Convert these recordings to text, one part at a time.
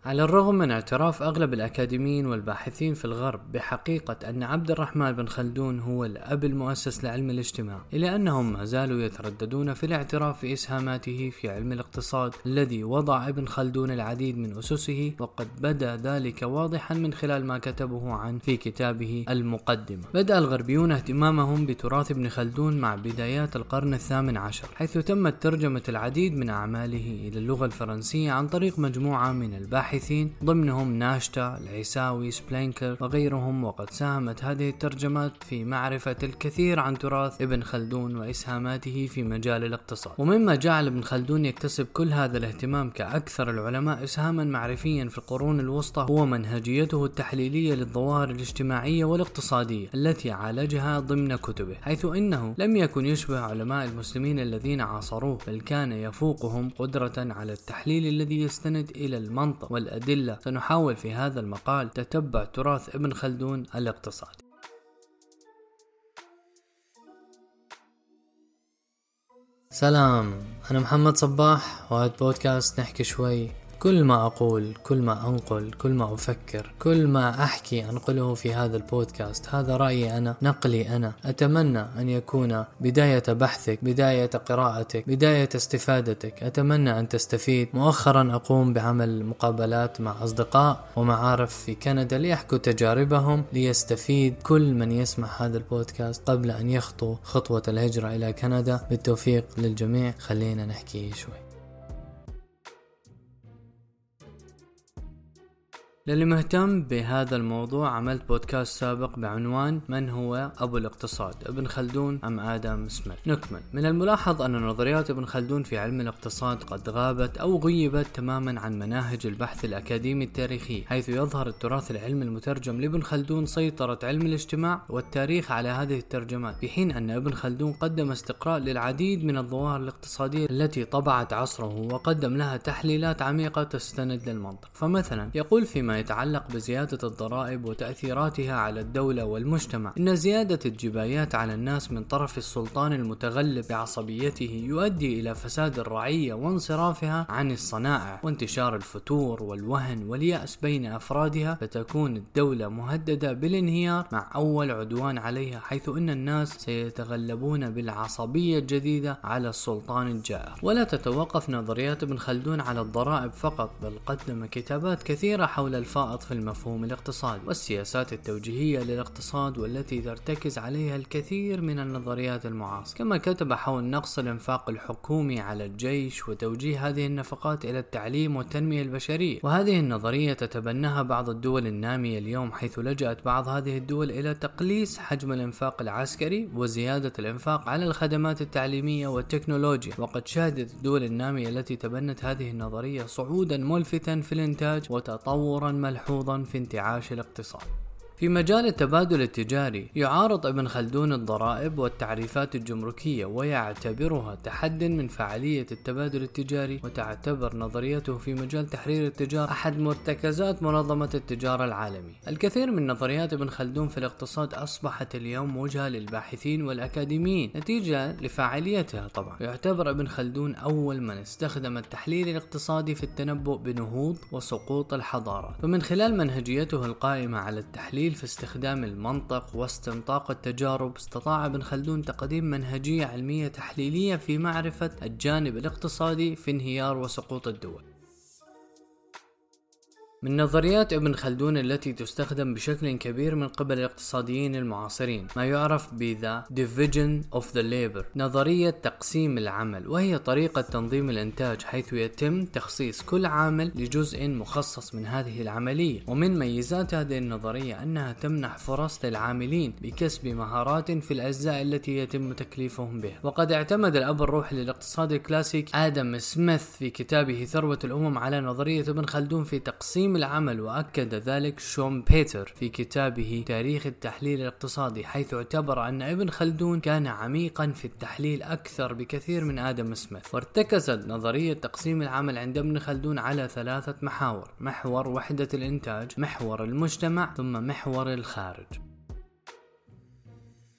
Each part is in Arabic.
على الرغم من اعتراف أغلب الأكاديميين والباحثين في الغرب بحقيقة أن عبد الرحمن بن خلدون هو الأب المؤسس لعلم الاجتماع، إلا أنهم ما زالوا يترددون في الاعتراف بإسهاماته في علم الاقتصاد الذي وضع ابن خلدون العديد من أسسه، وقد بدا ذلك واضحا من خلال ما كتبه عنه في كتابه المقدمة. بدأ الغربيون اهتمامهم بتراث ابن خلدون مع بدايات القرن ال18، حيث تمت ترجمة العديد من أعماله إلى اللغة الفرنسية عن طريق مجموعة من الباحثين ضمنهم ناشتا، العيساوي، سبلينكر وغيرهم. وقد ساهمت هذه الترجمات في معرفة الكثير عن تراث ابن خلدون وإسهاماته في مجال الاقتصاد. ومما جعل ابن خلدون يكتسب كل هذا الاهتمام كأكثر العلماء إسهاما معرفيا في القرون الوسطى هو منهجيته التحليلية للظواهر الاجتماعية والاقتصادية التي عالجها ضمن كتبه، حيث إنه لم يكن يشبه علماء المسلمين الذين عاصروه، بل كان يفوقهم قدرة على التحليل الذي يستند إلى المنطق والأدلة. سنحاول في هذا المقال تتبع تراث ابن خلدون الاقتصادي. سلام، أنا محمد صباح، وهذا بودكاست نحكي شوي. كل ما أقول، كل ما أنقل، كل ما أفكر، كل ما أحكي أنقله في هذا البودكاست. هذا رأيي أنا، نقلي أنا. أتمنى أن يكون بداية بحثك، بداية قراءتك، بداية استفادتك. أتمنى أن تستفيد. مؤخرا أقوم بعمل مقابلات مع أصدقاء ومعارف في كندا ليحكوا تجاربهم، ليستفيد كل من يسمع هذا البودكاست قبل أن يخطو خطوة الهجرة إلى كندا. بالتوفيق للجميع. خلينا نحكي شوي. للي مهتم بهذا الموضوع عملت بودكاست سابق بعنوان من هو أبو الاقتصاد، ابن خلدون أم آدم سميث؟ نكمل. من الملاحظ أن نظريات ابن خلدون في علم الاقتصاد قد غابت أو غيبت تماما عن مناهج البحث الأكاديمي التاريخي، حيث يظهر التراث العلمي المترجم لابن خلدون سيطرة علم الاجتماع والتاريخ على هذه الترجمات، في حين أن ابن خلدون قدم استقراء للعديد من الظواهر الاقتصادية التي طبعت عصره، وقدم لها تحليلات عميقة تستند للمنطق. فمثلا يقول فيما يتعلق بزيادة الضرائب وتأثيراتها على الدولة والمجتمع إن زيادة الجبايات على الناس من طرف السلطان المتغلب بعصبيته يؤدي إلى فساد الرعية وانصرافها عن الصنائع وانتشار الفتور والوهن واليأس بين أفرادها، فتكون الدولة مهددة بالانهيار مع أول عدوان عليها، حيث إن الناس سيتغلبون بالعصبية الجديدة على السلطان الجائر. ولا تتوقف نظريات ابن خلدون على الضرائب فقط، بل قدم كتابات كثيرة حول الفائض في المفهوم الاقتصادي والسياسات التوجيهية للاقتصاد، والتي ترتكز عليها الكثير من النظريات المعاصرة. كما كتب حول نقص الانفاق الحكومي على الجيش وتوجيه هذه النفقات إلى التعليم والتنمية البشرية، وهذه النظرية تتبناها بعض الدول النامية اليوم، حيث لجأت بعض هذه الدول إلى تقليص حجم الانفاق العسكري وزيادة الانفاق على الخدمات التعليمية والتكنولوجيا. وقد شهدت الدول النامية التي تبنت هذه النظرية صعودا ملفتا في الإنتاج وتطورا ملحوظا في انتعاش الاقتصاد. في مجال التبادل التجاري يعارض ابن خلدون الضرائب والتعريفات الجمركية، ويعتبرها تحد من فعالية التبادل التجاري، وتعتبر نظريته في مجال تحرير التجارة أحد مرتكزات منظمة التجارة العالمية. الكثير من نظريات ابن خلدون في الاقتصاد أصبحت اليوم موجهة للباحثين والأكاديميين نتيجة لفعاليتها. طبعا يعتبر ابن خلدون أول من استخدم التحليل الاقتصادي في التنبؤ بنهوض وسقوط الحضارات، ومن خلال منهجيته القائمة على التحليل في استخدام المنطق واستنطاق التجارب، استطاع ابن خلدون تقديم منهجية علمية تحليلية في معرفة الجانب الاقتصادي في انهيار وسقوط الدول. من نظريات ابن خلدون التي تستخدم بشكل كبير من قبل الاقتصاديين المعاصرين ما يعرف ب The Division of the Labor، نظرية تقسيم العمل، وهي طريقة تنظيم الإنتاج حيث يتم تخصيص كل عامل لجزء مخصص من هذه العملية. ومن ميزات هذه النظرية أنها تمنح فرص للعاملين بكسب مهارات في الأجزاء التي يتم تكليفهم بها. وقد اعتمد الأب الروحي للاقتصاد الكلاسيكي آدم سميث في كتابه ثروة الأمم على نظرية ابن خلدون في تقسيم العمل، وأكد ذلك شون بيتر في كتابه تاريخ التحليل الاقتصادي، حيث اعتبر أن ابن خلدون كان عميقا في التحليل أكثر بكثير من آدم سميث. وارتكزت نظرية تقسيم العمل عند ابن خلدون على 3 محاور: محور وحدة الإنتاج، محور المجتمع، ثم محور الخارج.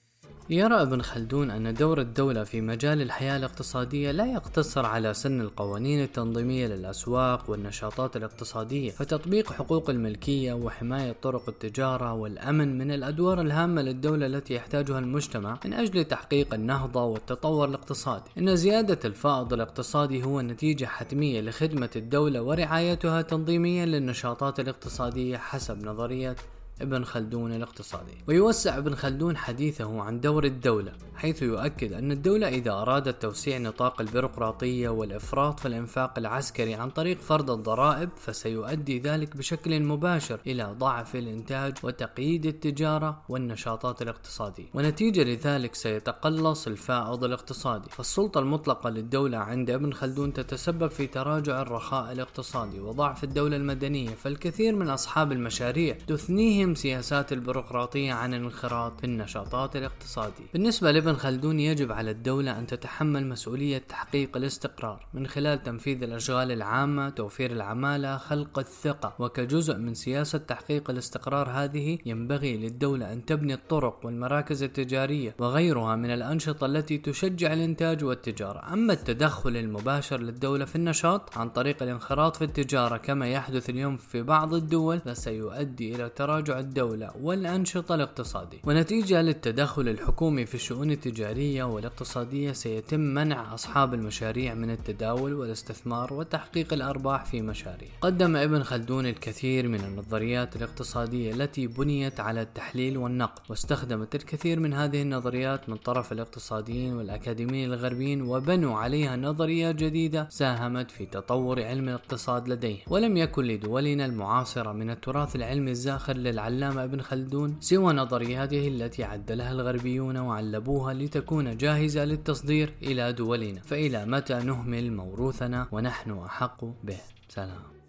يرى ابن خلدون أن دور الدولة في مجال الحياة الاقتصادية لا يقتصر على سن القوانين التنظيمية للأسواق والنشاطات الاقتصادية، فتطبيق حقوق الملكية وحماية طرق التجارة والأمن من الأدوار الهامة للدولة التي يحتاجها المجتمع من أجل تحقيق النهضة والتطور الاقتصادي. إن زيادة الفائض الاقتصادي هو نتيجة حتمية لخدمة الدولة ورعايتها تنظيميا للنشاطات الاقتصادية حسب نظرية ابن خلدون الاقتصادي. ويوسع ابن خلدون حديثه عن دور الدولة، حيث يؤكد أن الدولة إذا أرادت توسيع نطاق البيروقراطية والإفراط في الإنفاق العسكري عن طريق فرض الضرائب، فسيؤدي ذلك بشكل مباشر إلى ضعف الإنتاج وتقييد التجارة والنشاطات الاقتصادية، ونتيجة لذلك سيتقلص الفائض الاقتصادي. فالسلطة المطلقة للدولة عند ابن خلدون تتسبب في تراجع الرخاء الاقتصادي وضعف الدولة المدنية، فالكثير من أصحاب المشاريع تثنيهم سياسات البيروقراطية عن الانخراط في النشاطات الاقتصادية. بالنسبة لابن خلدون يجب على الدولة أن تتحمل مسؤولية تحقيق الاستقرار من خلال تنفيذ الأشغال العامة، توفير العمالة، خلق الثقة. وكجزء من سياسة تحقيق الاستقرار هذه ينبغي للدولة أن تبني الطرق والمراكز التجارية وغيرها من الأنشطة التي تشجع الإنتاج والتجارة. أما التدخل المباشر للدولة في النشاط عن طريق الانخراط في التجارة كما يحدث اليوم في بعض الدول فسيؤدي إلى تراجع الدولة والأنشطة الاقتصادية. ونتيجة للتدخل الحكومي في الشؤون التجارية والاقتصادية سيتم منع أصحاب المشاريع من التداول والاستثمار وتحقيق الأرباح في مشاريع. قدم ابن خلدون الكثير من النظريات الاقتصادية التي بنيت على التحليل والنقد، واستخدمت الكثير من هذه النظريات من طرف الاقتصاديين والأكاديميين الغربيين، وبنوا عليها نظريات جديدة ساهمت في تطور علم الاقتصاد لديه. ولم يكن لدولنا المعاصرة من التراث العلمي الزاخر للعلامة ابن خلدون سوى نظرياته التي عدلها الغربيون وعلبوها لتكون جاهزة للتصدير إلى دولنا. فإلى متى نهمل موروثنا ونحن أحق به؟ سلام.